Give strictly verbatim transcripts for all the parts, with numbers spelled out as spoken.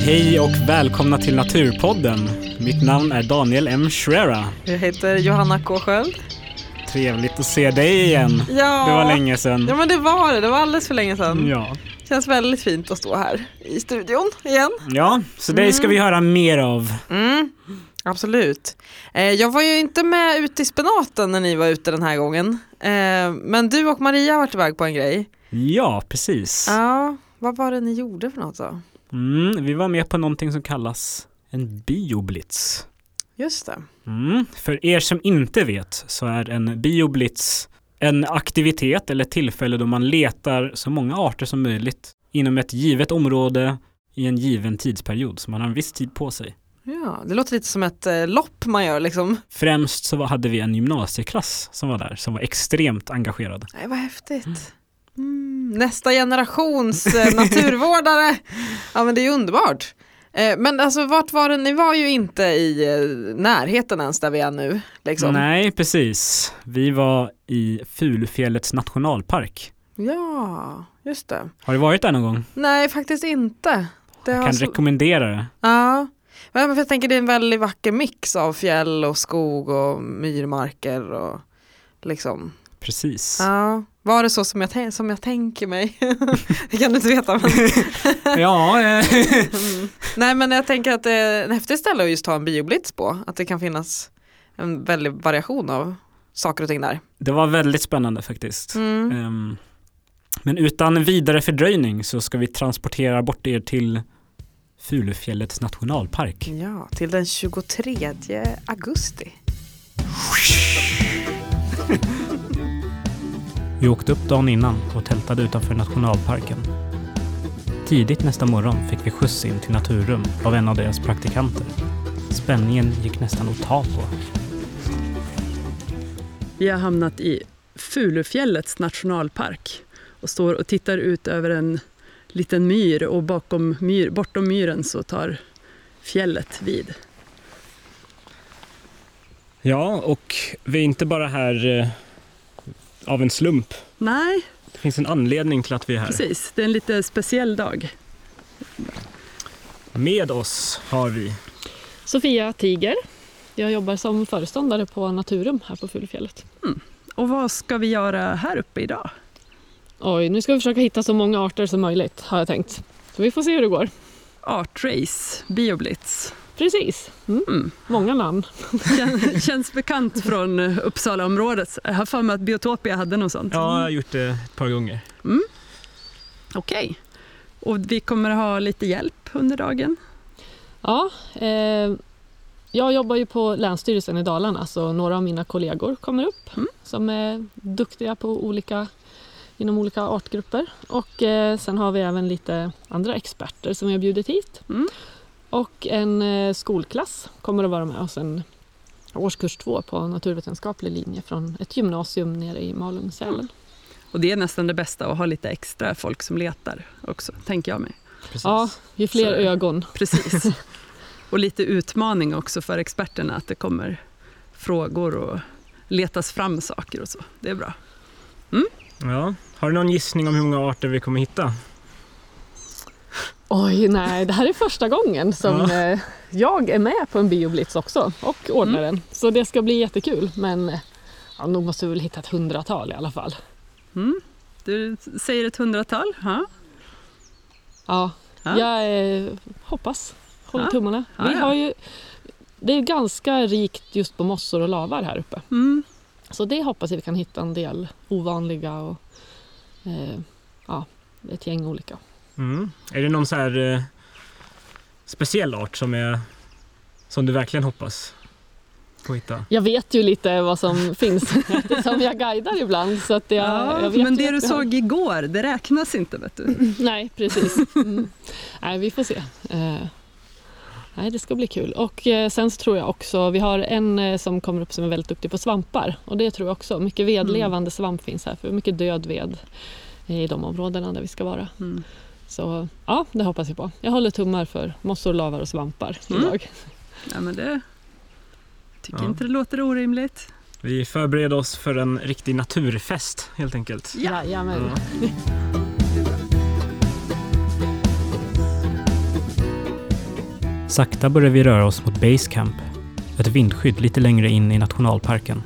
Hej och välkomna till Naturpodden. Mitt namn är Daniel M. Schreira. Jag heter Johanna K. Sköld. Trevligt att se dig igen. Ja. Det var länge sedan. Ja, men det var det. Det var alldeles för länge sedan. Ja. Känns väldigt fint att stå här i studion igen. Ja, så det ska vi höra mer av. Mm. Absolut. Eh, jag var ju inte med ute i spenaten när ni var ute den här gången. Eh, men du och Maria har varit iväg på en grej. Ja, precis. Ja, vad var det ni gjorde för något då? Mm, vi var med på någonting som kallas en bioblitz. Just det. Mm, för er som inte vet så är en bioblitz en aktivitet eller tillfälle då man letar så många arter som möjligt inom ett givet område i en given tidsperiod. Så man har en viss tid på sig. Ja, det låter lite som ett eh, lopp man gör liksom. Främst så hade vi en gymnasieklass som var där, som var extremt engagerad. Nej, vad häftigt. Mm, nästa generations eh, naturvårdare. Ja, men det är ju underbart. Eh, men alltså, vart var det? Ni var ju inte i eh, närheten ens där vi är nu. Liksom. Nej, precis. Vi var i Fulufjällets nationalpark. Ja, just det. Har du varit där någon gång? Nej, faktiskt inte. Det Jag har kan så... rekommendera det. Ja, men jag tänker det är en väldigt vacker mix av fjäll och skog och myrmarker och liksom... Precis. Ja, var det så som jag, t- som jag tänker mig? Det kan du inte veta. Men... ja. Eh. mm. Nej, men jag tänker att det är en häftig ställe att just ha en bioblitz på. Att det kan finnas en väldig variation av saker och ting där. Det var väldigt spännande faktiskt. Mm. Um, men utan vidare fördröjning så ska vi transportera bort er till Fulufjällets nationalpark. Ja, till den tjugotredje augusti. Vi åkte upp dagen innan och tältade utanför nationalparken. Tidigt nästa morgon fick vi skjuts in till Naturrum av en av deras praktikanter. Spänningen gick nästan att ta på. Vi har hamnat i Fulufjällets nationalpark och står och tittar ut över en liten myr och bakom myr, bortom myren så tar fjället vid. Ja, och vi är inte bara här eh, av en slump. Nej. Det finns en anledning till att vi är här. Precis, det är en lite speciell dag. Med oss har vi Sofia Tiger. Jag jobbar som föreståndare på Naturum här på Fulufjället. Mm. Och vad ska vi göra här uppe idag? Oj, nu ska vi försöka hitta så många arter som möjligt, har jag tänkt. Så vi får se hur det går. Artrace, bioblitz. Precis. Mm. Mm. Många namn. Kän, känns bekant från Uppsala-området. Jag har för mig att Biotopia hade något sånt. Ja, jag har gjort det ett par gånger. Mm. Okej. Okay. Och vi kommer ha lite hjälp under dagen? Ja, eh, jag jobbar ju på Länsstyrelsen i Dalarna, så några av mina kollegor kommer upp mm. som är duktiga på olika, inom olika artgrupper. Och eh, sen har vi även lite andra experter som vi har bjudit hit. Mm. Och en eh, skolklass kommer att vara med oss, en årskurs två på naturvetenskaplig linje från ett gymnasium nere i Malung-Sälen. Mm. Och det är nästan det bästa att ha lite extra folk som letar också, tänker jag mig. Precis. Ja, ju fler Så, ögon. Precis. Och lite utmaning också för experterna, att det kommer frågor och letas fram saker och så. Det är bra. Mm? Ja. Har du någon gissning om hur många arter vi kommer hitta? Oj, nej, det här är första gången som ja. eh, jag är med på en bioblitz också och ordnar mm. den. Så det ska bli jättekul, men ja, nog måste vi väl hitta ett hundratal i alla fall. Mm. Du säger ett hundratal? Ha? Ja, ja, jag eh, hoppas. Håller ja. tummarna. Ja, vi ja. har ju, det är ganska rikt just på mossor och lavar här uppe. Mm. Så det hoppas vi kan hitta en del ovanliga och eh, ja, ett gäng olika. Mm. Är det någon så här eh, speciell art som är som du verkligen hoppas på att hitta? Jag vet ju lite vad som finns som jag guidar ibland, så att jag, ja, jag vet men det du jag... såg igår, det räknas inte, vet du. Nej, precis. Mm. Nej, vi får se. Eh, nej, det ska bli kul. Och eh, sen så tror jag också, vi har en eh, som kommer upp som är väldigt duktig på svampar, och det tror jag också. Mycket vedlevande mm. svamp finns här, för mycket död ved i de områdena där vi ska vara. Mm. Så ja, det hoppas jag på. Jag håller tummar för mossor, lavar och svampar mm. idag. Ja, men det tycker ja. inte det låter orimligt. Vi förbereder oss för en riktig naturfest helt enkelt. Ja, ja men. Ja. Sakta börjar vi röra oss mot Base Camp, ett vindskydd lite längre in i nationalparken.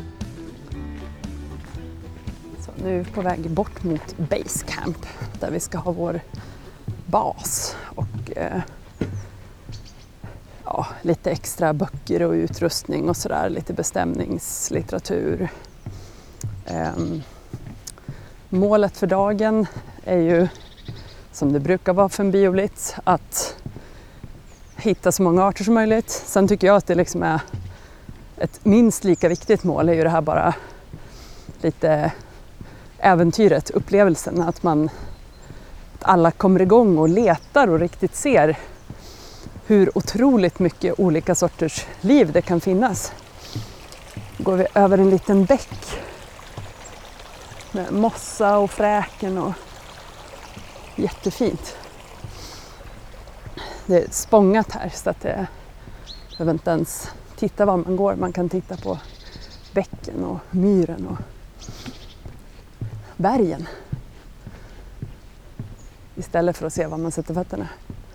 Så nu är vi på väg bort mot Base Camp där vi ska ha vår bas och eh, ja, lite extra böcker och utrustning och sådär, lite bestämningslitteratur. Eh, målet för dagen är ju, som det brukar vara för en bioblitz, att hitta så många arter som möjligt. Sen tycker jag att det liksom är ett minst lika viktigt mål är ju det här bara lite äventyret, upplevelsen, att man att alla kommer igång och letar och riktigt ser hur otroligt mycket olika sorters liv det kan finnas. Då går vi över en liten bäck med mossa och fräken och jättefint. Det är spångat här så att det behöver inte ens titta var man går. Man kan titta på bäcken och myren och bergen istället för att se var man sätter fötterna.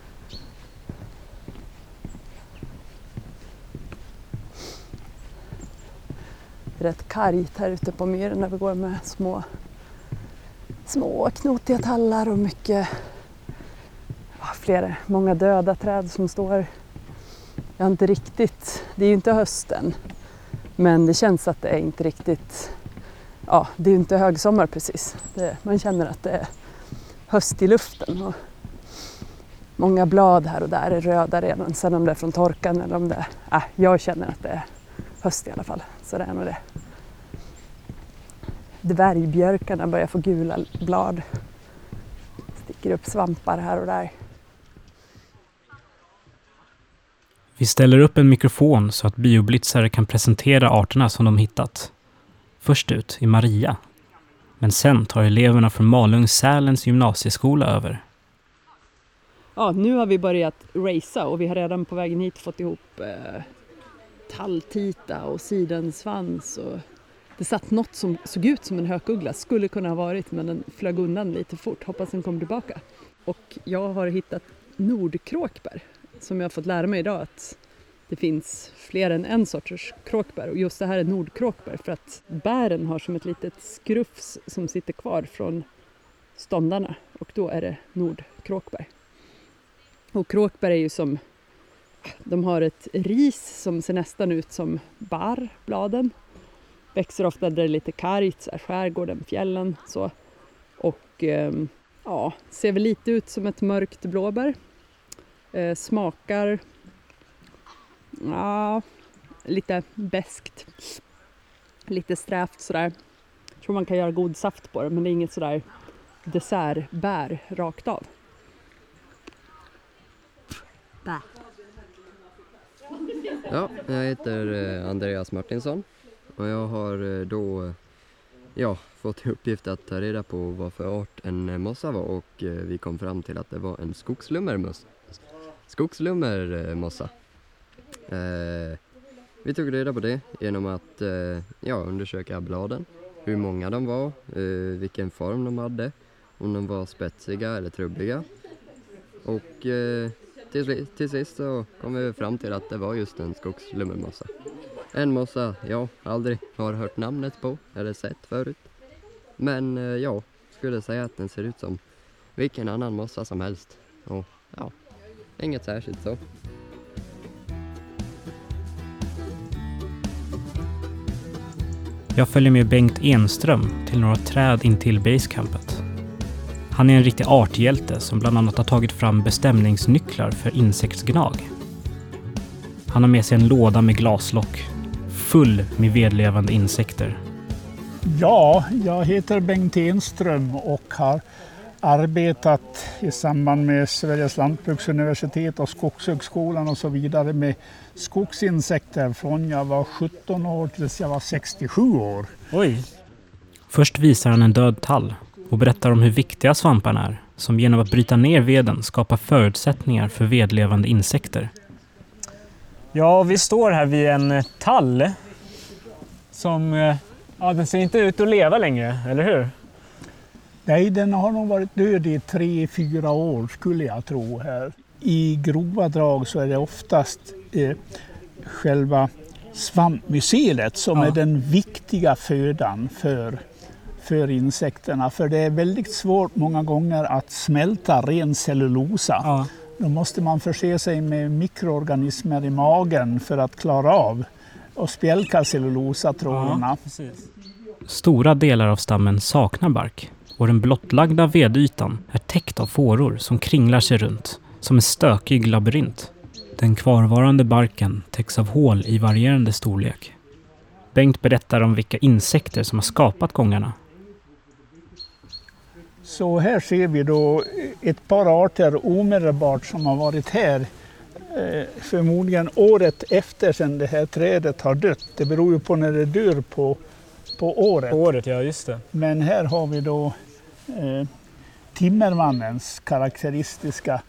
Rätt kargt här ute på myren när vi går med små små knotiga tallar och mycket ja, flera, många döda träd som står. Jag har inte riktigt, det är ju inte hösten, men det känns att det är inte riktigt, ja, det är ju inte högsommar precis. Det, man känner att det är höst i luften och många blad här och där är röda redan, sen om det är från torkan eller om det är, äh, jag känner att det är höst i alla fall, så det är nog det. Dvärgbjörkarna börjar få gula blad, sticker upp svampar här och där. Vi ställer upp en mikrofon så att bioblitzare kan presentera arterna som de hittat. Först ut är Maria. Men sen tar eleverna från Malung-Sälens gymnasieskola över. Ja, nu har vi börjat racea och vi har redan på vägen hit fått ihop eh, talltita och sidensvans. Och det satt något som såg ut som en hökuggla, skulle kunna ha varit, men den flög undan lite fort. Hoppas den kommer tillbaka. Och jag har hittat nordkråkbär som jag har fått lära mig idag att det finns fler än en sorters kråkbär. Och just det här är nordkråkbär för att bären har som ett litet skrufs som sitter kvar från ståndarna. Och då är det nordkråkbär. Och kråkbär är ju som, de har ett ris som ser nästan ut som barr, bladen. Växer ofta där det är lite kargt, så här, skärgården, fjällen så. Och eh, ja, ser väl lite ut som ett mörkt blåbär. Eh, smakar ja, lite beskt. Lite strävt sådär. Jag tror man kan göra god saft på det, men det är inget sådär dessertbär rakt av. Bä. Ja, jag heter Andreas Martinsson och jag har då ja, fått i uppgift att ta reda på vad för art en mossa var, och vi kom fram till att det var en skogslummermossa. Skogslummermossa. Eh, vi tog reda på det genom att eh, ja, undersöka bladen, hur många de var, eh, vilken form de hade, om de var spetsiga eller trubbiga. Och eh, till, till sist så kom vi fram till att det var just en skogslummermossa. En mossa jag aldrig har hört namnet på eller sett förut. Men eh, jag skulle säga att den ser ut som vilken annan mossa som helst. Och ja, inget särskilt så. Jag följer med Bengt Enström till några träd in till basecampet. Han är en riktig arthjälte som bland annat har tagit fram bestämningsnycklar för insektsgnag. Han har med sig en låda med glaslock, full med vedlevande insekter. Ja, jag heter Bengt Enström och har arbetat i samband med Sveriges lantbruksuniversitet och Skogshögskolan och så vidare med skogsinsekter från jag var sjutton år tills jag var sextiosju år. Oj! Först visar han en död tall och berättar om hur viktiga svamparna är, som genom att bryta ner veden skapar förutsättningar för vedlevande insekter. Ja, vi står här vid en tall som, ja, den ser inte ut att leva längre, eller hur? Nej, den har nog varit död i tre, fyra år skulle jag tro här. i grova drag så är det oftast eh, själva svampmycelet som Ja. är den viktiga födan för, för insekterna. För det är väldigt svårt många gånger att smälta ren cellulosa. Ja. Då måste man förse sig med mikroorganismer i magen för att klara av och spjälka cellulosatrådarna. Ja, precis. Stora delar av stammen saknar bark och den blottlagda vedytan är täckt av fåror som kringlar sig runt som en stökig labyrint. Den kvarvarande barken täcks av hål i varierande storlek. Bengt berättar om vilka insekter som har skapat gångarna. Så här ser vi då ett par arter omedelbart som har varit här eh, förmodligen året efter sedan det här trädet har dött. Det beror ju på när det dör på, på året. På året, ja just det. Men här har vi då eh, timmermannens karaktäristiska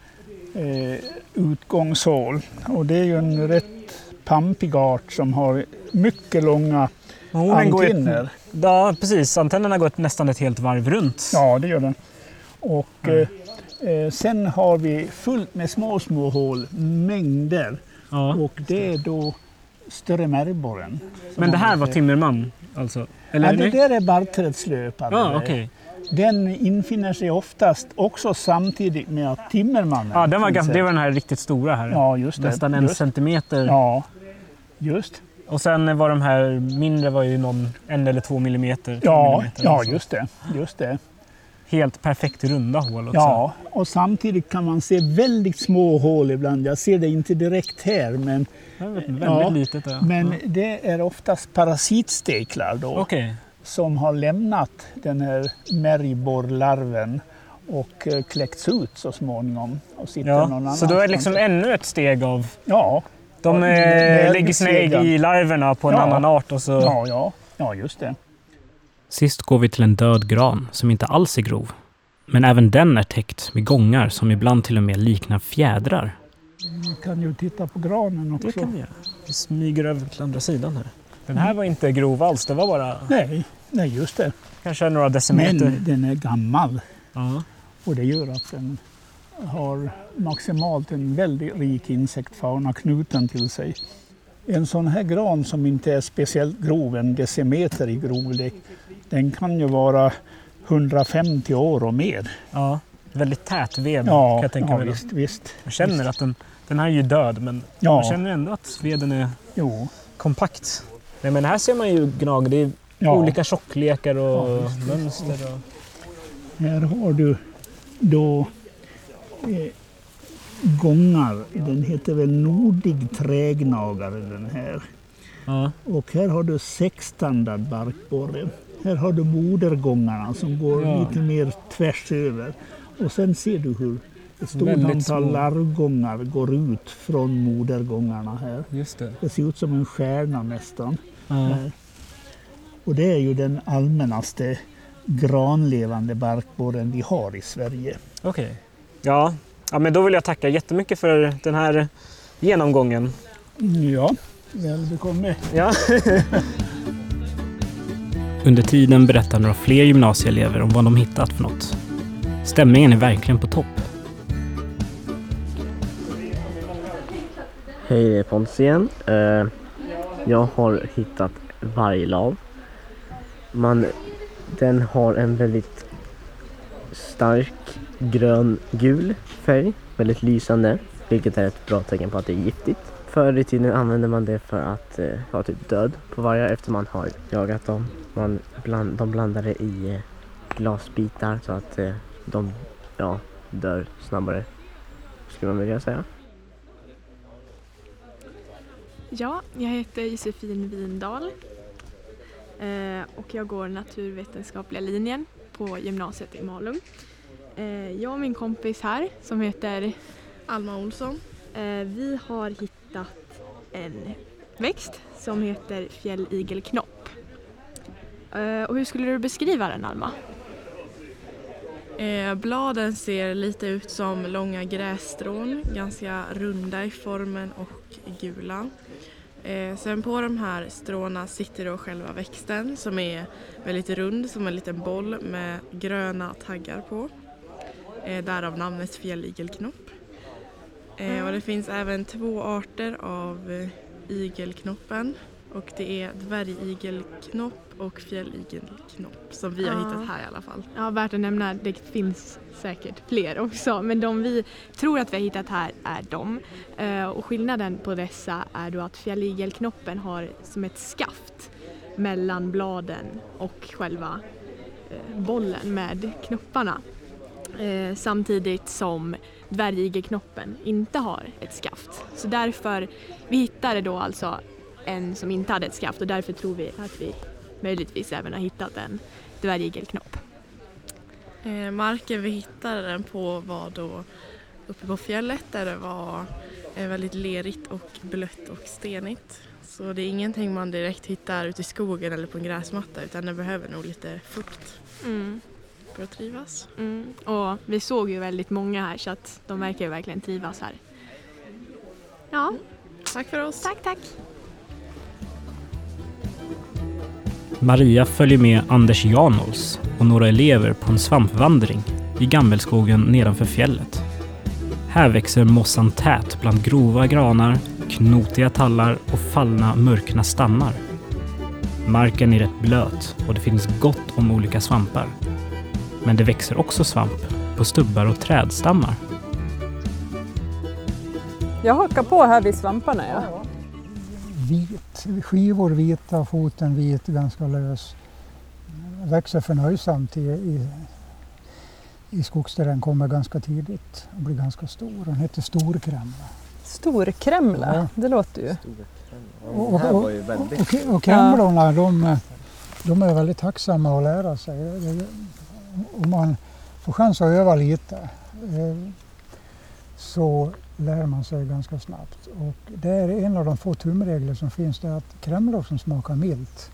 eh, utgångshål. Och det är ju en rätt pampig art som har mycket långa Hornen går antenner. ett, ja, precis. Antennerna går ett, nästan ett helt varv runt. Ja, det gör den. Och Mm. eh, eh, sen har vi fullt med små, små hål, mängder. Ja. Och det är då större märgborren. Men det här var timmerman alltså? Eller Ja, det nej? där är barrträdslöpare. Ja, okej. Den infinner sig oftast också samtidigt med att timmermannen Ja, den var finns ganska, här. det var den här riktigt stora här. Ja, just det. Nästan en just. centimeter. Ja, just. Och sen var de här mindre var ju någon en eller två millimeter. två Ja, millimeter ja alltså. just det. Just det. Helt perfekt runda hål också. Ja, och samtidigt kan man se väldigt små hål ibland. Jag ser det inte direkt här, men, Det var väldigt Ja, litet. Ja. men det är oftast parasitsteklar då. Okej. Som har lämnat den här märgborrlarven och eh, kläckts ut så småningom och sitter någon Ja, så då är det annanstans. liksom ännu ett steg av... Ja, De Ja, eh, väldigt lägger sina ägg sega. i larverna på en Ja. annan art och så... ja, ja, ja, just det. Sist går vi till en död gran som inte alls är grov. Men även den är täckt med gångar som ibland till och med liknar fjädrar. Vi kan ju titta på granen också. Det kan vi göra. Vi smyger över till andra sidan här. Den här var inte grov alls, det var bara Nej, nej, just det. kanske några decimeter. Men den är gammal Ja. och det gör att den har maximalt en väldigt rik insektfauna knuten till sig. En sån här gran som inte är speciellt grov, en decimeter i grovlek, den kan ju vara hundrafemtio år och mer. ja, väldigt tät ved Ja, kan jag tänka ja mig. då. visst, visst. Jag känner att den, den här är ju död, men Ja. jag känner ändå att veden är Jo, kompakt. Nej, men här ser man ju gnag, det är ja. olika tjocklekar och Ja, visst. mönster. Och... Här har du då eh, gångar. Den heter väl nordig trägnagare den här. Ja. Och här har du sex standard barkborre. Här har du modergångarna som går Ja. lite mer tvärs över. Och sen ser du hur ett stort Väldigt antal små. larvgångar går ut från modergångarna här. Just det. Det ser ut som en stjärna nästan. Ja. Här. Och det är ju den allmännaste granlevande barkborren vi har i Sverige. Okej. Ja. ja, men då vill jag tacka jättemycket för den här genomgången. Ja, väl bekomme. Ja. Under tiden berättar några fler gymnasieelever om vad de hittat för något. Stämningen är verkligen på topp. Hej, det är Pontus igen. Eh, jag har hittat varglav. Man, den har en väldigt stark grön-gul färg, väldigt lysande, vilket är ett bra tecken på att det är giftigt. Förr i tiden använde man det för att eh, ha typ död på vargar efter man har jagat dem. Man bland, de blandade i eh, glasbitar så att eh, de ja, dör snabbare, skulle man vilja säga. Ja, jag heter Josefin Windahl eh, och jag går naturvetenskapliga linjen på gymnasiet i Malung. Eh, jag och min kompis här som heter Alma Olsson. eh, vi har hittat en växt som heter fjälligelknopp. Eh, och hur skulle du beskriva den, Alma? Eh, bladen ser lite ut som långa grässtrån, ganska runda i formen och gula. Eh, sen på de här stråna sitter då själva växten som är väldigt rund, som en liten boll med gröna taggar på. Eh, därav namnet fjälligelknopp. Eh, och det finns även två arter av eh, igelknoppen. Och det är dvärgigelknopp och fjälligelknopp som vi har Ja. hittat här i alla fall. Ja, värt att nämna, det finns säkert fler också, men de vi tror att vi har hittat här är de. Eh, och skillnaden på dessa är då att fjälligelknoppen har som ett skaft mellan bladen och själva eh, bollen med knopparna. Eh, samtidigt som dvärgigelknoppen inte har ett skaft. Så därför, vi hittade då alltså en som inte hade ett skaft och därför tror vi att vi möjligtvis även har hittat en dvärgigelknopp. Eh, marken vi hittade den på var då uppe på fjället där det var eh, väldigt lerigt och blött och stenigt. Så det är ingenting man direkt hittar ute i skogen eller på en gräsmatta utan det behöver nog lite fukt Mm. för att trivas. Mm. Och vi såg ju väldigt många här så att de verkar ju verkligen trivas här. Ja, Tack för oss! tack tack! Maria följer med Anders Janås och några elever på en svampvandring i gammelskogen nedanför fjället. Här växer mossan tät bland grova granar, knotiga tallar och fallna mörkna stammar. Marken är rätt blöt och det finns gott om olika svampar. Men det växer också svamp på stubbar och trädstammar. Jag hakar på här vid svamparna. Ja. Vit, skivor vita, foten vit, ganska lös. Växer förnöjsamt i, i, i skogs där den kommer ganska tidigt och blir ganska stor. Den heter storkrämla. Storkrämla, Ja. det låter ju. Och, och, och, och, och krämlorna, de, de är väldigt tacksamma att lära sig. Om man får chans att öva lite så lär man sig ganska snabbt. Och det är en av de få tumregler som finns, det är att krämlor som smakar milt,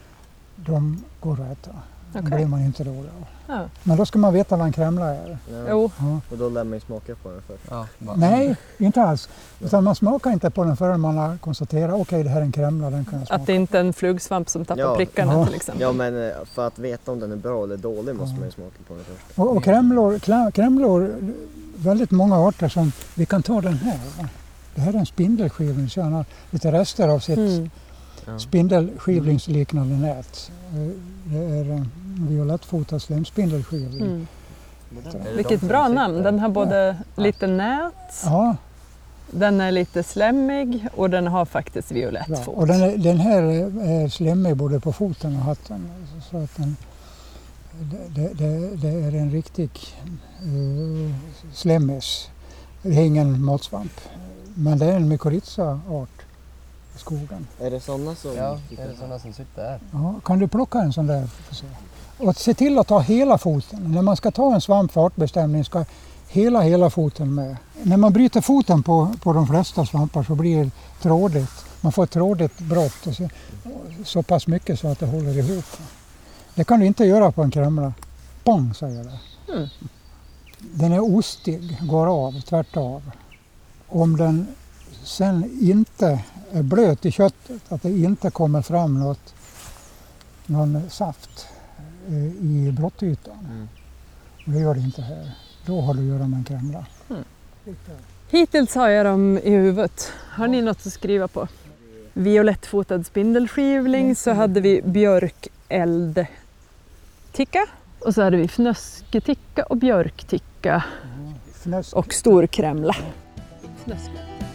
de går att äta. Okay. Det blir man inte dålig av. Ja. Men då ska man veta vad en krämla är. Ja. Jo. Ja. Och då lär man ju smaka på den först. Ja, Nej, inte alls. Utan man smakar inte på den förrän man har konstaterat okej, okay, det här är en krämla, den kan jag smaka. Att det inte är en flugsvamp som tappar ja. prickarna Ja. till exempel. Ja, men för att veta om den är bra eller dålig måste Ja. man ju smaka på den först. Och, och krämlor, klä, krämlor, väldigt många arter som, vi kan ta den här. Va? Det här är en spindelskivling, så han har lite rester av sitt Mm. Ja. spindelskivlingsliknande nät. Det är en violettfotad slemspindelskivling. Mm. Är Vilket de bra som namn. sitter? Den har både lite nät, Ja, den är lite slemmig och den har faktiskt violett ja. fot. Och den, är, den här är slemmig både på foten och hatten. Så att den, det, det, det är en riktig uh, slemmis. Det är ingen matsvamp. Men det är en mykorrhiza-art i skogen. Är det sådana som, ja, är det sådana som sitter här? Ja, kan du plocka en sån där? För se. Och se till att ta hela foten. När man ska ta en svamp för artbestämning ska hela, hela foten med. När man bryter foten på, på de flesta svampar så blir det trådigt. Man får ett trådigt brott och så, så pass mycket så att det håller ihop. Det kan du inte göra på en krämla. Pong, säger det. Mm. Den är ostig, går av, tvärt av. Om den sen inte är blöt i köttet, att det inte kommer fram något, någon saft i brottytan. Mm. Det gör det inte här. Då har du att göra med en krämla. Mm. Hittills har jag dem i huvudet. Har ni något att skriva på? Violettfotad spindelskivling, mm. så hade vi björkeldticka. Och så hade vi fnösketicka och björkticka. Mm. Och storkrämla. Fnösk.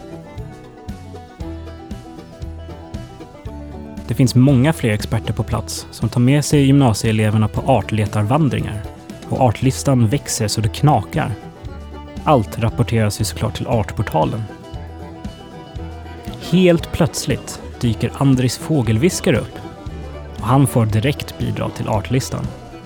Det finns många fler experter på plats som tar med sig gymnasieeleverna på artletarvandringar. Och artlistan växer så det knakar. Allt rapporteras ju såklart till Artportalen. Helt plötsligt dyker Andris fågelviskare upp. Och han får direkt bidra till artlistan.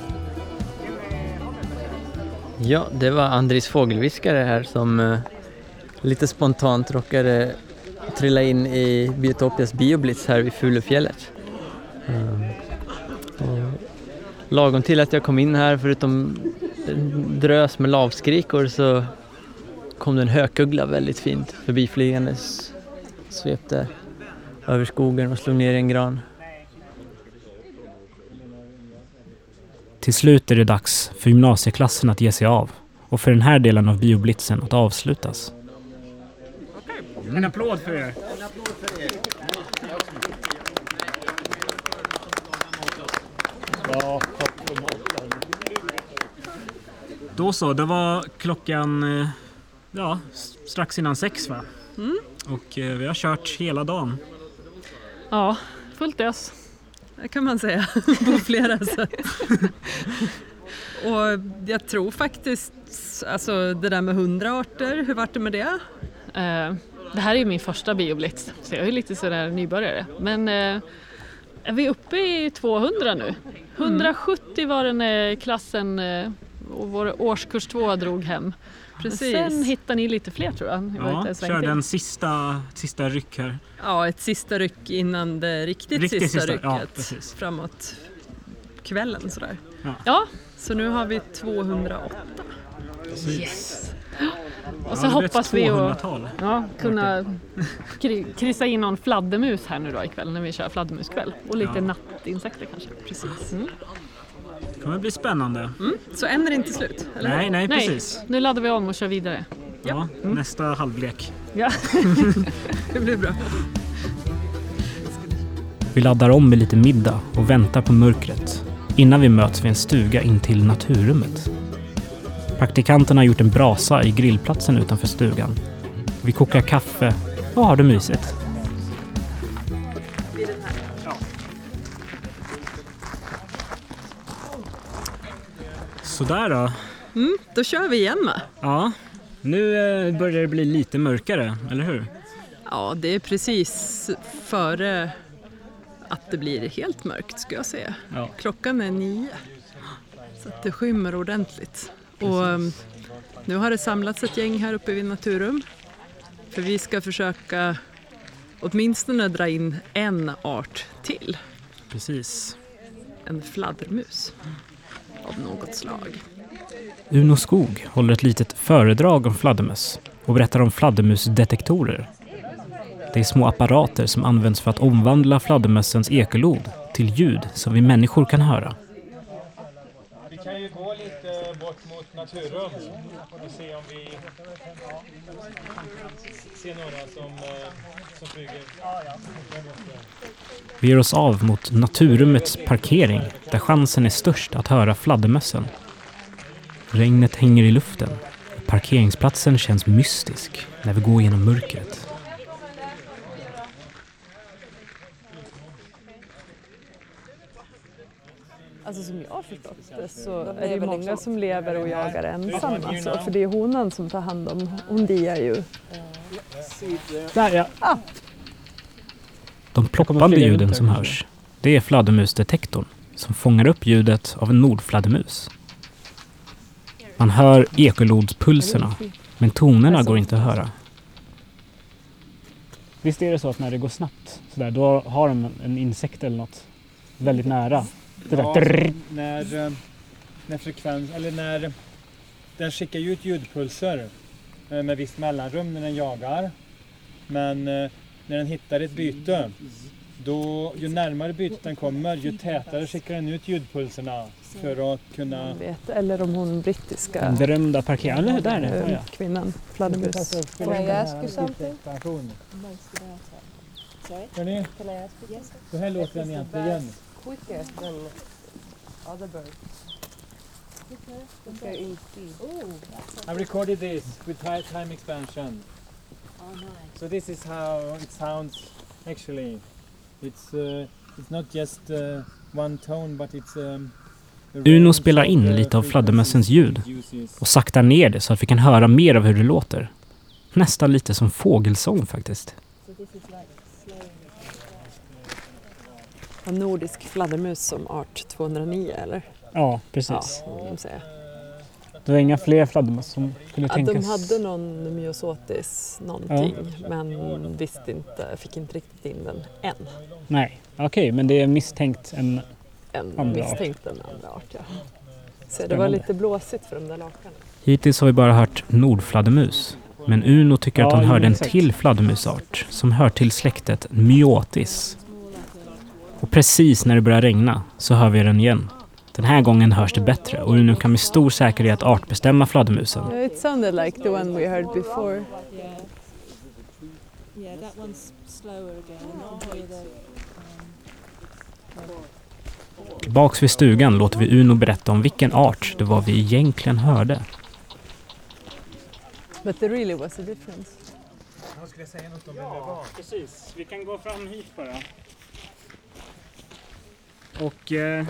Ja, det var Andris fågelviskare här som eh, lite spontant råkade trilla in i Biotopias bioblitz här vid Fulufjället. Mm. Och lagom till att jag kom in här, förutom en drös med lavskrikor, så kom det en hökuggla väldigt fint förbiflygandes, svepte över skogen och slog ner i en gran. Till slut är det dags för gymnasieklassen att ge sig av och för den här delen av bioblitzen att avslutas. Mm. En applåd för er. En applåd för er. Ja, Då så, det var klockan eh, ja, strax innan sex va? Mm. Och eh, vi har kört hela dagen. Ja, fullt ös. Det kan man säga på flera sätt. Och jag tror faktiskt, alltså det där med hundra arter, hur var det med det? Eh, det här är ju min första bioblitz, så jag är lite sådär nybörjare. Men eh, är vi uppe i tvåhundra nu? hundrasjuttio var den eh, klassen eh, och vår årskurs två drog hem. Precis. Sen hittar ni lite fler tror jag. jag Ja, körde en sista, sista ryck här. Ja, ett sista ryck innan det riktigt, riktigt sista, sista rycket. Ja, precis. Framåt kvällen sådär. Ja. ja, så nu har vi tvåhundraåtta. Yes. Och så ja, hoppas vi att ja, kunna kri- kryssa in någon fladdermus här nu då ikväll när vi kör fladdermuskväll. Och lite ja. nattinsekter kanske. Precis. Mm. Det kommer bli spännande. Mm. Så än är det inte slut? Eller? Nej, nej, precis. Nej, nu laddar vi om och kör vidare. Ja, mm. nästa halvlek. Ja. Det blir bra. Vi laddar om med lite middag och väntar på mörkret innan vi möts vid en stuga in till naturrummet. Praktikanterna har gjort en brasa i grillplatsen utanför stugan. Vi kokar kaffe och har det mysigt. Sådär då. Mm, då kör vi igen va? Ja, nu eh, börjar det bli lite mörkare, eller hur? Ja, det är precis före att det blir helt mörkt ska jag säga. Ja. Klockan är nio. Så att det skymmer ordentligt. Precis. Och um, nu har det samlats ett gäng här uppe vid Naturrum. För vi ska försöka åtminstone dra in en art till. Precis. En fladdermus av något slag. Uno Skog håller ett litet föredrag om fladdermöss och berättar om fladdermusdetektorer. Det är små apparater som används för att omvandla fladdermössens ekolod till ljud som vi människor kan höra. Vi kan ju gå lite bort mot Naturrum och se om vi ser några som, som flyger. Vi ger oss av mot Naturrummets parkering där chansen är störst att höra fladdermössen. Regnet hänger i luften och parkeringsplatsen känns mystisk när vi går genom mörkret. Alltså som jag har förstått det så är det många som lever och jagar ensamma. Alltså, för det är honan som tar hand om, hon diar ju. Där ja. Ah. De ploppande ljuden som hörs, det är fladdermusdetektorn som fångar upp ljudet av en nordfladdermus. Man hör ekolodspulserna, men tonerna går inte att höra. Visst är det så att när det går snabbt så där, då har de en insekt eller något väldigt nära? Ja, när, när frekvens, eller när den skickar ut ljudpulser med visst mellanrum när den jagar. Men när den hittar ett byte, då, ju närmare bytet den kommer, ju tätare skickar den ut ljudpulserna för att kunna... Vet, eller om hon brittiska... Den berömda parkeraren, där är det. Ja. Kvinnan, fladdermus. Can I ask you something? Hörrni, så här låter den egentligen. Quicker than other birds. Quicker in speed. I recorded this with time expansion. Oh, nice. So this is how it sounds actually. It's uh, it's not just uh, one tone but it's um, Uno spelar in lite av fladdermössens ljud och saktar ner det så att vi kan höra mer av hur det låter. Nästan lite som fågelsång faktiskt. En nordisk fladdermus som art tvåhundranio eller? Ja, precis. Ja, de säger. Det var inga fler fladdermöss som kunde ja, tänkas... De hade någon myosotis någonting, ja. Men visste inte, fick inte riktigt in den än. Nej, okej, okay, men det är misstänkt en en andra misstänkt art. en andra art, ja. Så det var lite blåsigt för de där lakanen. Hittills har vi bara hört nordfladdermus. Men Uno tycker ja, att han hörde en exakt. till fladdermusart som hör till släktet Myotis. Och precis när det börjar regna så hör vi den igen. Den här gången hörs det bättre och Uno kan med stor säkerhet artbestämma fladdermusen. It sounded like the one we heard before. Yeah, that one's slower again. Tillbaks vid stugan låter vi Uno berätta om vilken art det var vi egentligen hörde. But there really was a difference. Jag skulle säga något om ja, det var. Precis. Vi kan gå fram hit bara. Och eh,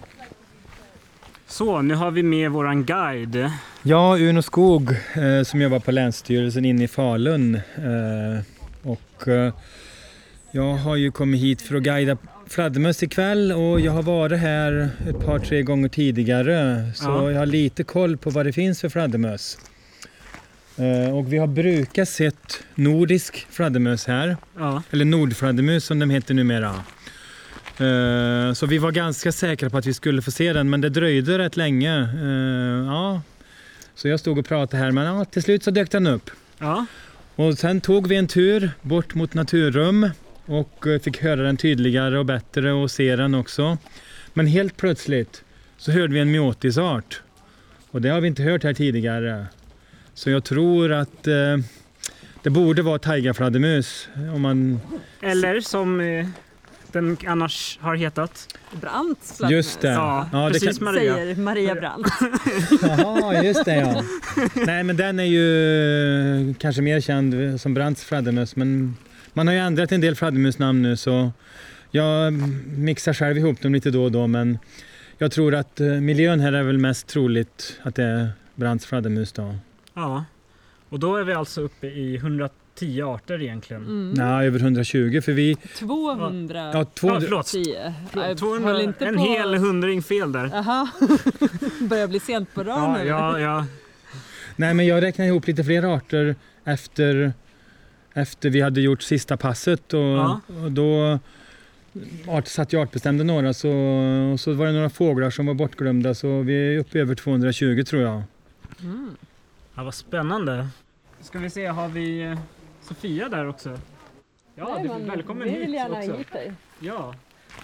så, nu har vi med våran guide. Ja, Uno Skog eh, som jobbar på Länsstyrelsen inne i Falun. Eh, och eh, jag har ju kommit hit för att guida fladdermöss ikväll och jag har varit här ett par, tre gånger tidigare. Så ja. Jag har lite koll på vad det finns för fladdermöss. Uh, och vi har brukat sett nordisk fladdermöss här. Ja. Eller nordfladdermus som de heter numera. Uh, så vi var ganska säkra på att vi skulle få se den, men det dröjde rätt länge. Uh, ja. Så jag stod och pratade här, men ja, till slut så dök den upp. Ja. Och sen tog vi en tur bort mot Naturrum och uh, fick höra den tydligare och bättre och se den också. Men helt plötsligt så hörde vi en myotisart. Och det har vi inte hört här tidigare. Så jag tror att eh, det borde vara taiga-fladdermus. Om man... Eller som eh, den annars har hetat. Brandts fladdermus. Just det. Ja, ja, precis det kan... Maria. Säger Maria Brandt. Jaha, just det ja. Nej, men den är ju kanske mer känd som Brandts fladdermus. Men man har ju ändrat en del fladdermusnamn nu så jag mixar själv ihop dem lite då och då. Men jag tror att eh, miljön här är väl mest troligt att det är Brandts fladdermus då. Ja, och då är vi alltså uppe i hundratio arter egentligen. Mm. Nej, över hundratjugo för vi... tvåhundra. Ja, tvåhundra. Ja, tio. förlåt. tvåhundra, inte en på... hel hundring fel där. Aha. Börjar bli sent på dagen Ja, nu. ja, ja. Nej, men jag räknar ihop lite fler arter efter, efter vi hade gjort sista passet och, Ja. och då art, satt jag artbestämde några så, och så var det några fåglar som var bortglömda så vi är uppe över tvåhundratjugo tror jag. Mm. Ja, vad spännande. Ska vi se, har vi eh, Sofia där också? Ja, Nej, du man, är välkommen vi hit vill gärna också. hit dig. Ja.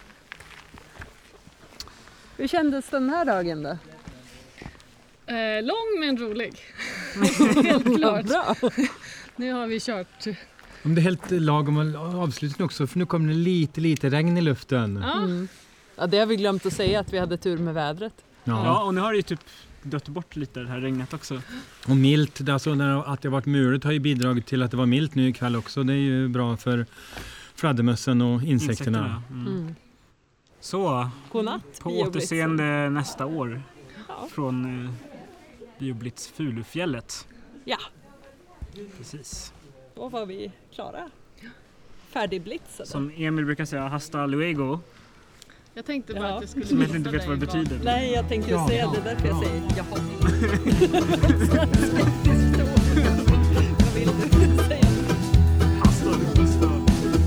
Hur kändes den här dagen då? Eh, lång men rolig. Helt klart. Bra. Nu har vi kört. Om det är helt lagom avslutning också för nu kommer det lite, lite regn i luften. Ja. Mm. Ja, det har vi glömt att säga att vi hade tur med vädret. Ja. Ja, och nu har det ju typ dött bort lite det här regnet också. Och milt, alltså när, att det har varit mulet har ju bidragit till att det var milt nu ikväll också. Det är ju bra för fladdermössen och insekterna. Insekterna. Mm. Mm. Så, Godnatt, på Bioblitz. återseende nästa år Ja. från eh, Bioblitz Fulufjället. Ja, Precis. då var vi klara. Färdigblitzade. Som Emil brukar säga, hasta luego. Jag tänkte bara Ja. att det skulle Som jag visa inte vet vad det dig betyder. Nej, jag tänkte ju säga det därför jag säger jaha. Vad vill du säga? Hasta luego.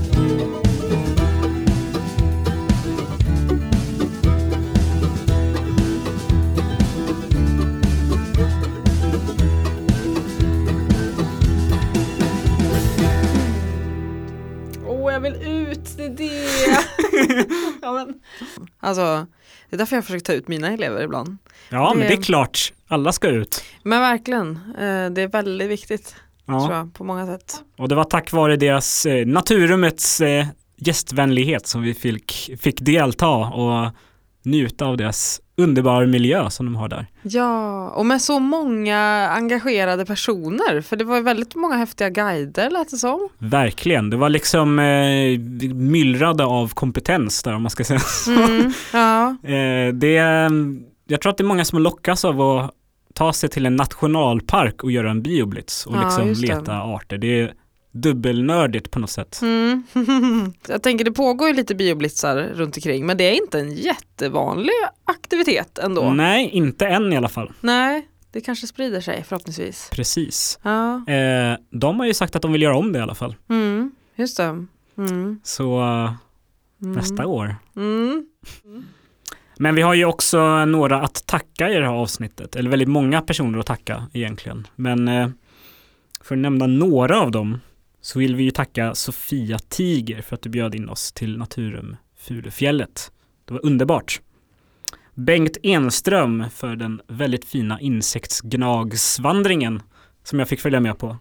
Åh, jag vill ut, det är det. Ja, men. Alltså, det är därför jag försöker ta ut mina elever ibland. Ja, Det- men det är klart. Alla ska ut. Men verkligen, eh, det är väldigt viktigt tror Ja. jag, på många sätt. Och det var tack vare deras eh, Naturrummets eh, gästvänlighet som vi fick, fick delta och njuta av deras underbara miljö som de har där. Ja, och med så många engagerade personer. För det var ju väldigt många häftiga guider, lät det som. Verkligen. Det var liksom eh, myllrade av kompetens där om man ska säga så. Mm, ja. Eh, det, jag tror att det är många som lockas av att ta sig till en nationalpark och göra en bioblitz och Ja, liksom just det. leta arter. Det är dubbelnördigt på något sätt. Mm. Jag tänker det pågår ju lite bioblitzar runt omkring, men det är inte en jättevanlig aktivitet ändå. Nej, inte än i alla fall. Nej, det kanske sprider sig förhoppningsvis. Precis. Ja, Eh, de har ju sagt att de vill göra om det i alla fall. mm, just det. Mm. Så eh, Mm. nästa år. Mm. Men vi har ju också några att tacka i det här avsnittet. Eller väldigt många personer att tacka egentligen. Men eh, för att nämna några av dem så vill vi ju tacka Sofia Tiger för att du bjöd in oss till Naturum Fulufjället. Det var underbart. Bengt Enström för den väldigt fina insektsgnagsvandringen som jag fick följa med på.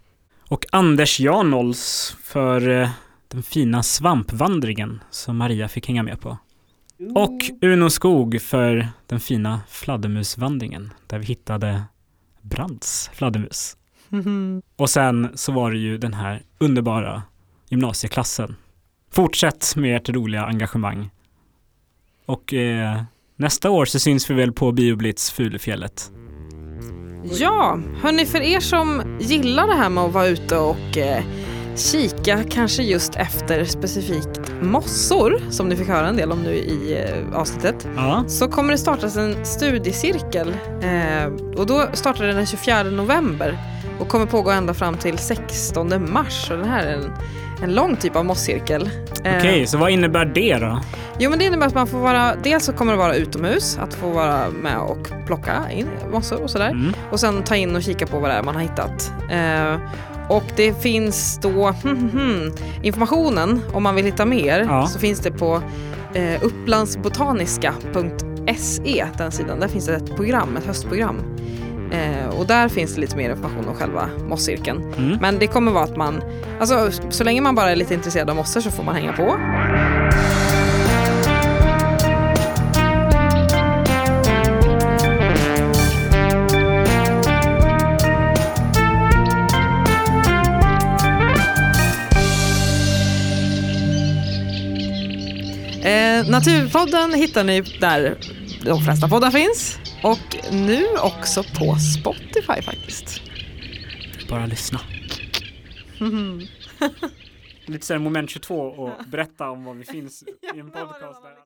Och Anders Janols för eh, den fina svampvandringen som Maria fick hänga med på. Och Uno Skog för den fina fladdermusvandringen där vi hittade Brands fladdermus. Mhm. Och sen så var det ju den här underbara gymnasieklassen. Fortsätt med ert roliga engagemang. Och eh, nästa år så syns vi väl på Bioblitz Fulefjället. Ja, hörni, för er som gillar det här med att vara ute och eh, kika kanske just efter specifikt mossor, som ni fick höra en del om nu i eh, avsnittet, Ja. så kommer det startas en studiecirkel eh, och då startar den den tjugofjärde november och kommer pågå ända fram till sextonde mars, och den här är en, en lång typ av mosscirkel. Eh, Okej, så vad innebär det då? Jo, men det innebär att man får vara, dels så kommer det vara utomhus, att få vara med och plocka in mossor och sådär. Mm. Och sen ta in och kika på vad det är man har hittat. Eh, och det finns då informationen, om man vill hitta mer, Ja. så finns det på eh, upplandsbotaniska punkt se, den sidan. Där finns det ett program, ett höstprogram. Eh, och där finns det lite mer information om själva mosscirkeln. Mm. Men det kommer vara att man, alltså så länge man bara är lite intresserad av mossor så får man hänga på. Eh, Naturpodden hittar ni där de flesta poddar finns. Och nu också på Spotify faktiskt. Bara lyssna. Lite så här moment tjugotvå och berätta om vad vi finns i en podcast där.